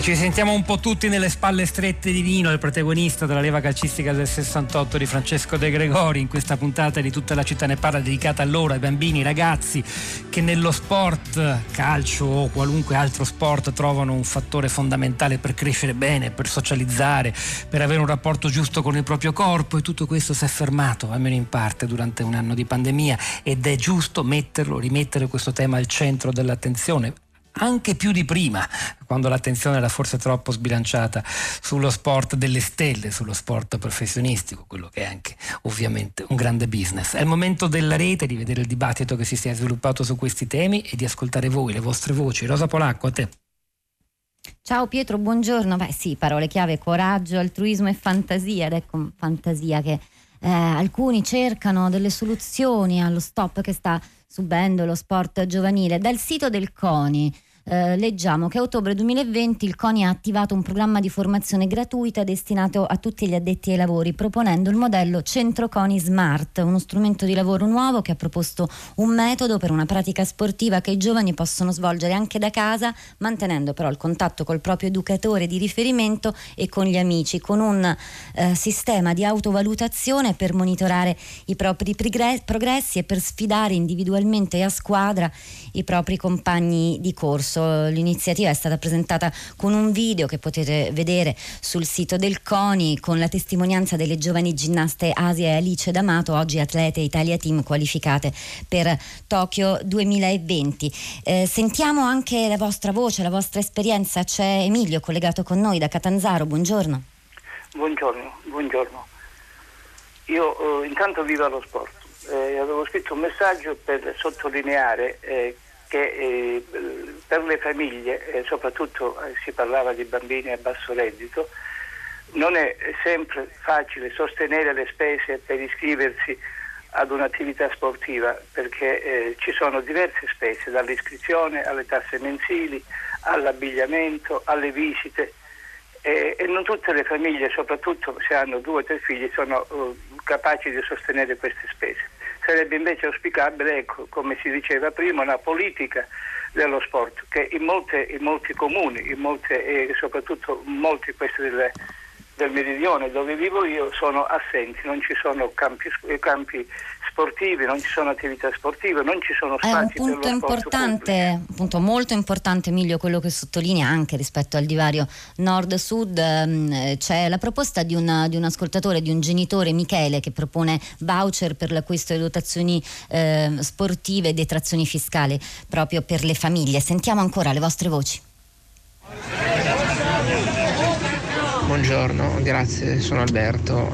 Ci sentiamo un po' tutti nelle spalle strette di Nino, il protagonista della leva calcistica del 68 di Francesco De Gregori, in questa puntata di Tutta la città ne parla, dedicata a loro, ai bambini, ai ragazzi che nello sport, calcio o qualunque altro sport, trovano un fattore fondamentale per crescere bene, per socializzare, per avere un rapporto giusto con il proprio corpo, e tutto questo si è fermato, almeno in parte, durante un anno di pandemia, ed è giusto rimettere questo tema al centro dell'attenzione, anche più di prima, quando l'attenzione era forse troppo sbilanciata sullo sport delle stelle, sullo sport professionistico, quello che è anche ovviamente un grande business. È il momento della rete, di vedere il dibattito che si sia sviluppato su questi temi e di ascoltare voi, le vostre voci. Rosa Polacco, a te. Ciao Pietro, buongiorno. Beh sì, parole chiave: coraggio, altruismo e fantasia. Ed è con fantasia che alcuni cercano delle soluzioni allo stop che sta subendo lo sport giovanile. Dal sito del CONI leggiamo che a ottobre 2020 il CONI ha attivato un programma di formazione gratuita destinato a tutti gli addetti ai lavori, proponendo il modello Centro CONI Smart, uno strumento di lavoro nuovo che ha proposto un metodo per una pratica sportiva che i giovani possono svolgere anche da casa, mantenendo però il contatto col proprio educatore di riferimento e con gli amici, con un sistema di autovalutazione per monitorare i propri progressi e per sfidare individualmente e a squadra i propri compagni di corso. L'iniziativa è stata presentata con un video che potete vedere sul sito del CONI, con la testimonianza delle giovani ginnaste Asia e Alice D'Amato, oggi atlete Italia Team qualificate per Tokyo 2020. Sentiamo anche la vostra voce, la vostra esperienza. C'è Emilio collegato con noi da Catanzaro, buongiorno. Buongiorno. Io intanto vivo lo sport. Avevo scritto un messaggio per sottolineare che per le famiglie, soprattutto si parlava di bambini a basso reddito, non è sempre facile sostenere le spese per iscriversi ad un'attività sportiva, perché ci sono diverse spese, dall'iscrizione alle tasse mensili, all'abbigliamento, alle visite, e non tutte le famiglie, soprattutto se hanno 2 o 3 figli, sono capaci di sostenere queste spese. Sarebbe invece auspicabile, ecco, come si diceva prima, una politica dello sport che in molti comuni, soprattutto molti questi del meridione dove vivo io, sono assenti, non ci sono campi sportivi, non ci sono attività sportive, non ci sono spazi per lo sport importante, un punto molto importante, Emilio, quello che sottolinea anche rispetto al divario nord-sud. C'è la proposta di un ascoltatore, di un genitore, Michele, che propone voucher per l'acquisto di dotazioni sportive e detrazioni fiscali proprio per le famiglie. Sentiamo ancora le vostre voci. Buongiorno, grazie, sono Alberto.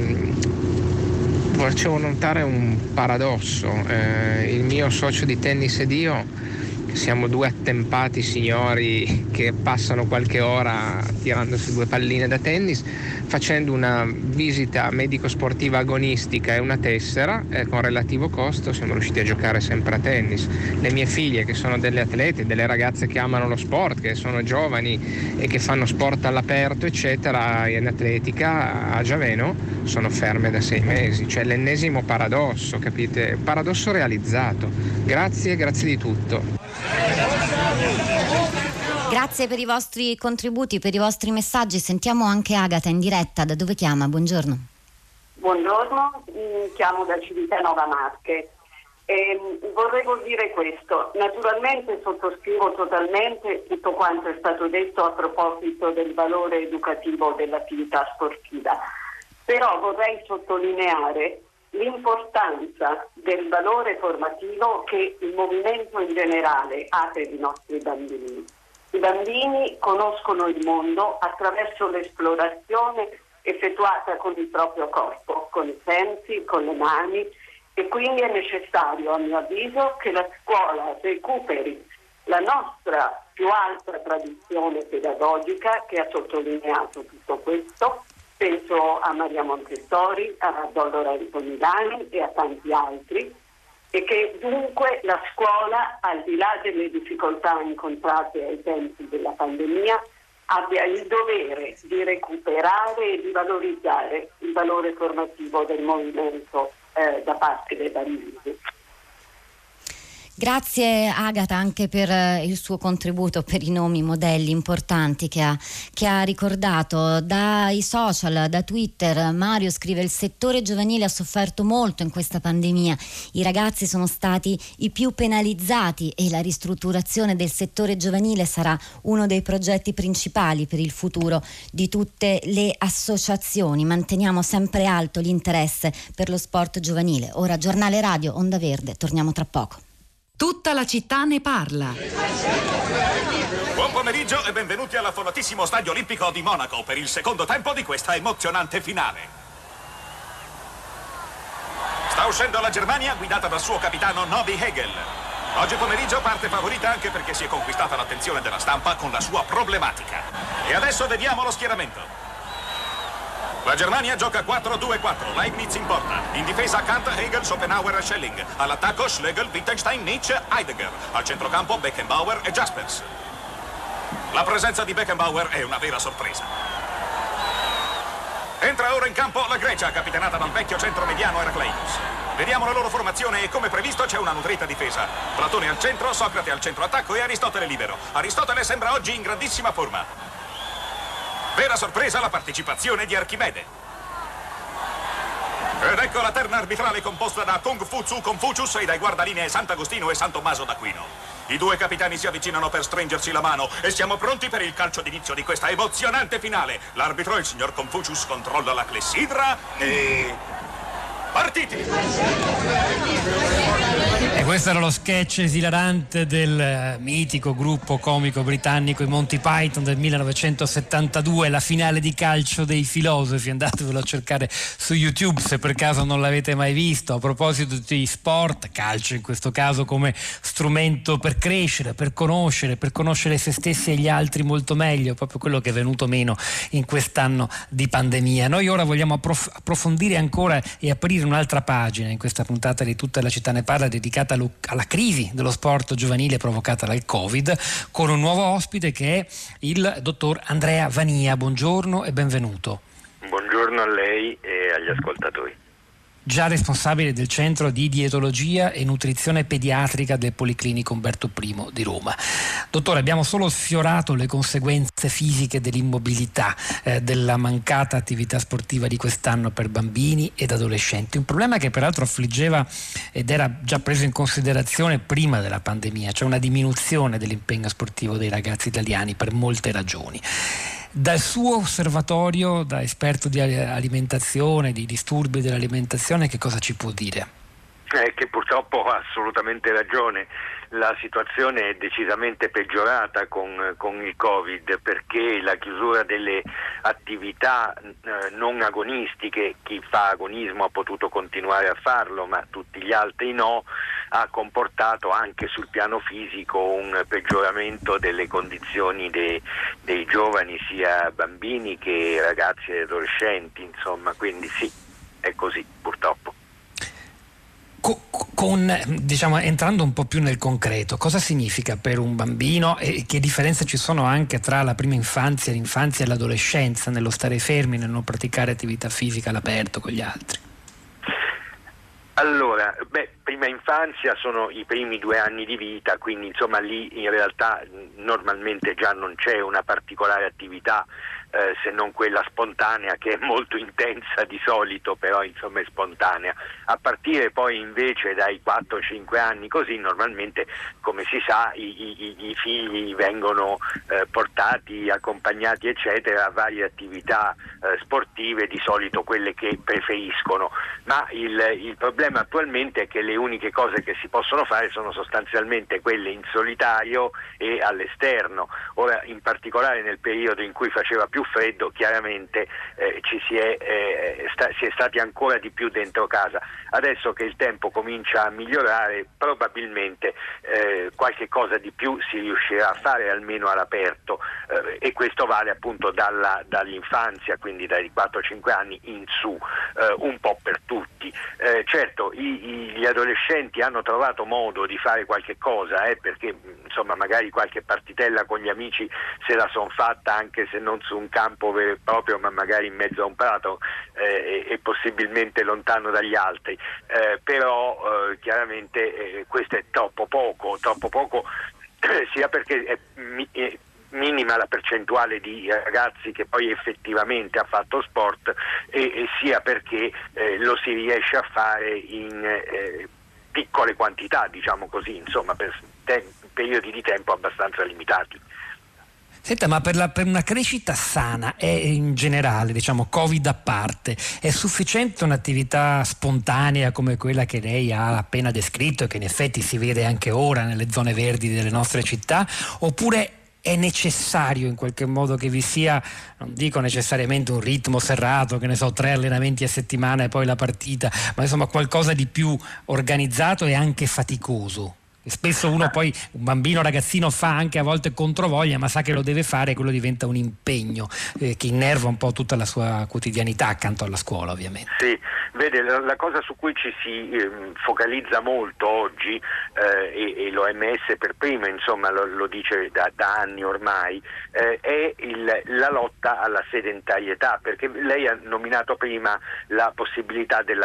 Volevo notare un paradosso. Il mio socio di tennis ed io siamo 2 attempati signori che passano qualche ora tirandosi 2 palline da tennis. Facendo una visita medico-sportiva agonistica e una tessera, con relativo costo siamo riusciti a giocare sempre a tennis. Le mie figlie, che sono delle atlete, delle ragazze che amano lo sport, che sono giovani e che fanno sport all'aperto eccetera, in atletica a Giaveno, sono ferme da 6 mesi. Cioè l'ennesimo paradosso, capite? Paradosso realizzato. Grazie di tutto. Grazie per i vostri contributi, per i vostri messaggi. Sentiamo anche Agata in diretta. Da dove chiama? Buongiorno. Buongiorno, chiamo da Civitanova Marche. Vorrei dire questo: naturalmente sottoscrivo totalmente tutto quanto è stato detto a proposito del valore educativo dell'attività sportiva, però vorrei sottolineare l'importanza del valore formativo che il movimento in generale ha per i nostri bambini. I bambini conoscono il mondo attraverso l'esplorazione effettuata con il proprio corpo, con i sensi, con le mani, e quindi è necessario, a mio avviso, che la scuola recuperi la nostra più alta tradizione pedagogica che ha sottolineato tutto questo. Penso a Maria Montessori, a Don Lorenzo Milani e a tanti altri, e che dunque la scuola, al di là delle difficoltà incontrate ai tempi della pandemia, abbia il dovere di recuperare e di valorizzare il valore formativo del movimento da parte dei bambini. Grazie Agata anche per il suo contributo, per i nomi, modelli importanti che ha ricordato. Dai social, da Twitter, Mario scrive: il settore giovanile ha sofferto molto in questa pandemia, i ragazzi sono stati i più penalizzati e la ristrutturazione del settore giovanile sarà uno dei progetti principali per il futuro di tutte le associazioni. Manteniamo sempre alto l'interesse per lo sport giovanile. Ora giornale radio Onda Verde, torniamo tra poco. Tutta la città ne parla. Buon pomeriggio e benvenuti all'affollatissimo Stadio Olimpico di Monaco per il secondo tempo di questa emozionante finale. Sta uscendo la Germania guidata dal suo capitano Novi Hegel. Oggi pomeriggio parte favorita anche perché si è conquistata l'attenzione della stampa con la sua problematica. E adesso vediamo lo schieramento. La Germania gioca 4-2-4, Leibniz in porta. In difesa Kant, Hegel, Schopenhauer e Schelling. All'attacco Schlegel, Wittgenstein, Nietzsche, Heidegger. Al centrocampo Beckenbauer e Jaspers. La presenza di Beckenbauer è una vera sorpresa. Entra ora in campo la Grecia, capitanata dal vecchio centromediano Herakleitos. Vediamo la loro formazione e come previsto c'è una nutrita difesa. Platone al centro, Socrate al centro attacco e Aristotele libero. Aristotele sembra oggi in grandissima forma. Vera sorpresa la partecipazione di Archimede. Ed ecco la terna arbitrale composta da Kung Fu Tzu Confucius e dai guardalinee Sant'Agostino e San Tommaso d'Aquino. I due capitani si avvicinano per stringersi la mano e siamo pronti per il calcio d'inizio di questa emozionante finale. L'arbitro, il signor Confucius, controlla la clessidra e... partiti! E questo era lo sketch esilarante del mitico gruppo comico britannico i Monty Python del 1972, la finale di calcio dei filosofi. Andatevelo a cercare su YouTube se per caso non l'avete mai visto. A proposito di sport, calcio in questo caso come strumento per crescere, per conoscere se stessi e gli altri molto meglio, proprio quello che è venuto meno in quest'anno di pandemia. Noi ora vogliamo approfondire ancora e aprire un'altra pagina in questa puntata di Tutta la città ne parla, dedicata alla crisi dello sport giovanile provocata dal Covid, con un nuovo ospite che è il dottor Andrea Vania. Buongiorno e benvenuto. Buongiorno a lei e agli ascoltatori. Già responsabile del centro di dietologia e nutrizione pediatrica del Policlinico Umberto I di Roma. Dottore, abbiamo solo sfiorato le conseguenze fisiche dell'immobilità, della mancata attività sportiva di quest'anno per bambini ed adolescenti. Un problema che peraltro affliggeva ed era già preso in considerazione prima della pandemia, cioè una diminuzione dell'impegno sportivo dei ragazzi italiani per molte ragioni. Dal suo osservatorio, da esperto di alimentazione, di disturbi dell'alimentazione, che cosa ci può dire? Che purtroppo ha assolutamente ragione. La situazione è decisamente peggiorata con il Covid, perché la chiusura delle attività non agonistiche, chi fa agonismo ha potuto continuare a farlo, ma tutti gli altri no, ha comportato anche sul piano fisico un peggioramento delle condizioni dei giovani, sia bambini che ragazzi e adolescenti, insomma, quindi sì, è così purtroppo. Entrando un po' più nel concreto, cosa significa per un bambino e che differenze ci sono anche tra la prima infanzia, l'infanzia e l'adolescenza nello stare fermi, nel non praticare attività fisica all'aperto con gli altri? Allora, prima infanzia sono i primi 2 anni di vita, quindi insomma lì in realtà normalmente già non c'è una particolare attività se non quella spontanea, che è molto intensa di solito, però insomma è spontanea. A partire poi invece dai 4-5 anni così, normalmente, come si sa, i figli vengono portati, accompagnati eccetera a varie attività sportive, di solito quelle che preferiscono, ma il problema attualmente è che le uniche cose che si possono fare sono sostanzialmente quelle in solitario e all'esterno. Ora, in particolare nel periodo in cui faceva più freddo, chiaramente si è stati ancora di più dentro casa. Adesso che il tempo comincia a migliorare, probabilmente qualche cosa di più si riuscirà a fare, almeno all'aperto, e questo vale appunto dall'infanzia, quindi dai 4-5 anni in su, un po' per tutti. Certo, gli adolescenti hanno trovato modo di fare qualche cosa, perché insomma magari qualche partitella con gli amici se la son fatta, anche se non su un campo vero e proprio, ma magari in mezzo a un prato e possibilmente lontano dagli altri, però chiaramente questo è troppo poco sia perché è minima la percentuale di ragazzi che poi effettivamente ha fatto sport e sia perché lo si riesce a fare in piccole quantità, diciamo così, insomma per periodi di tempo abbastanza limitati. Senta, ma per una crescita sana e in generale, diciamo Covid a parte, è sufficiente un'attività spontanea come quella che lei ha appena descritto e che in effetti si vede anche ora nelle zone verdi delle nostre città, oppure è necessario in qualche modo che vi sia, non dico necessariamente un ritmo serrato, che ne so, 3 allenamenti a settimana e poi la partita, ma insomma qualcosa di più organizzato e anche faticoso? E spesso uno poi, un bambino, ragazzino, fa anche a volte controvoglia, ma sa che lo deve fare e quello diventa un impegno che innerva un po' tutta la sua quotidianità accanto alla scuola, ovviamente. Sì, vede, la cosa su cui ci si focalizza molto oggi e l'OMS per prima, insomma, lo dice da anni ormai, è la lotta alla sedentarietà, perché lei ha nominato prima la possibilità di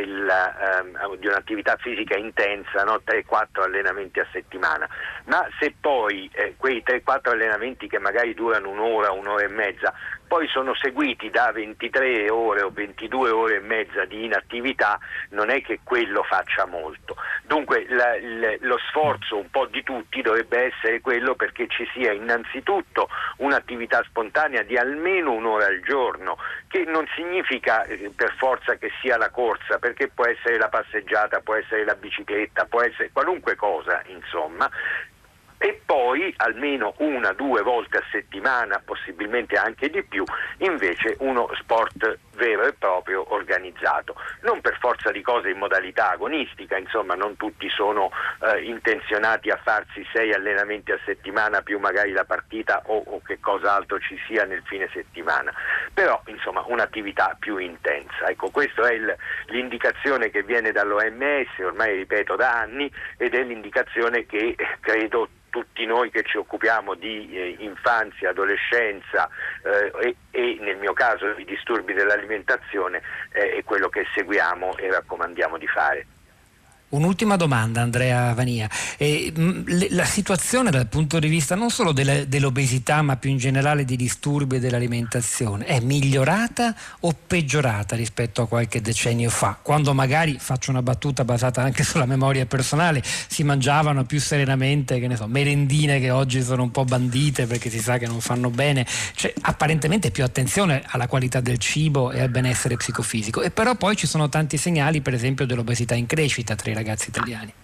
un'attività fisica intensa, no? 3-4 allenamenti a settimana, ma se poi quei 3-4 allenamenti che magari durano un'ora e mezza poi sono seguiti da 23 ore o 22 ore e mezza di inattività, non è che quello faccia molto. Dunque lo sforzo un po' di tutti dovrebbe essere quello perché ci sia innanzitutto un'attività spontanea di almeno un'ora al giorno, che non significa per forza che sia la corsa, perché può essere la passeggiata, può essere la bicicletta, può essere qualunque cosa, insomma. E poi almeno 1-2 volte a settimana, possibilmente anche di più, invece uno sport vero e proprio organizzato, non per forza di cose in modalità agonistica, insomma non tutti sono intenzionati a farsi 6 allenamenti a settimana più magari la partita o che cos'altro ci sia nel fine settimana, però insomma un'attività più intensa. Ecco, questa è l'indicazione che viene dall'OMS, ormai ripeto da anni, ed è l'indicazione che credo tutti noi che ci occupiamo di infanzia, adolescenza e nel mio caso di disturbi dell'alimentazione è quello che seguiamo e raccomandiamo di fare. Un'ultima domanda, Andrea Vania. La situazione dal punto di vista non solo dell'obesità ma più in generale di disturbi dell'alimentazione è migliorata o peggiorata rispetto a qualche decennio fa, quando magari, faccio una battuta basata anche sulla memoria personale, si mangiavano più serenamente, che ne so, merendine che oggi sono un po' bandite perché si sa che non fanno bene, cioè apparentemente più attenzione alla qualità del cibo e al benessere psicofisico, e però poi ci sono tanti segnali, per esempio dell'obesità in crescita tra i ragazzi italiani.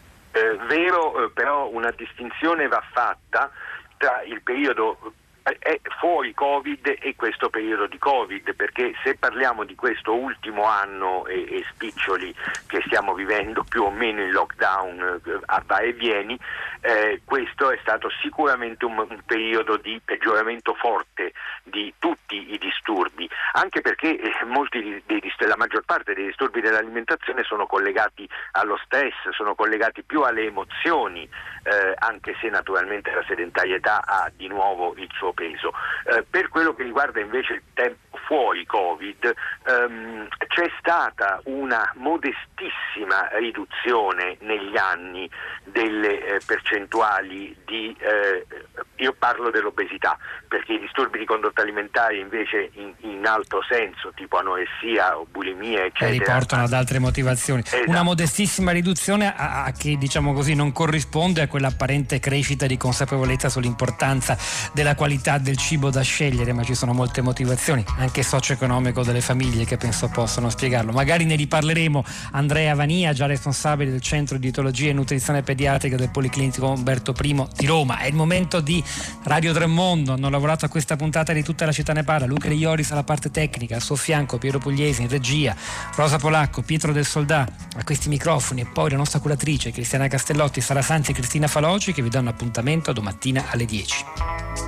Vero, però una distinzione va fatta tra il periodo fuori Covid e questo periodo di Covid, perché se parliamo di questo ultimo anno e spiccioli che stiamo vivendo più o meno in lockdown a va e vieni, questo è stato sicuramente un periodo di peggioramento forte di tutti i disturbi, anche perché la maggior parte dei disturbi dell'alimentazione sono collegati allo stress, sono collegati più alle emozioni, anche se naturalmente la sedentarietà ha di nuovo il suo peso. Per quello che riguarda invece il tempo fuori Covid, c'è stata una modestissima riduzione negli anni delle percentuali di io parlo dell'obesità, perché i disturbi di condotta alimentare invece in altro senso, tipo anoressia o bulimia eccetera, riportano ad altre motivazioni. Esatto. Una modestissima riduzione a che, diciamo così, non corrisponde a quell'apparente crescita di consapevolezza sull'importanza della qualità del cibo da scegliere, ma ci sono molte motivazioni anche socio-economico delle famiglie che penso possano spiegarlo. Magari ne riparleremo. Andrea Vania, già responsabile del Centro di Dietologia e Nutrizione Pediatrica del Policlinico Umberto I di Roma. È il momento di Radio Tremondo. Hanno lavorato a questa puntata di Tutta la città ne parla. Luca De Ioris alla parte tecnica, al suo fianco Piero Pugliesi in regia, Rosa Polacco, Pietro del Soldà a questi microfoni, e poi la nostra curatrice Cristiana Castellotti, Sara Sanzi e Cristina Faloci, che vi danno appuntamento domattina alle 10.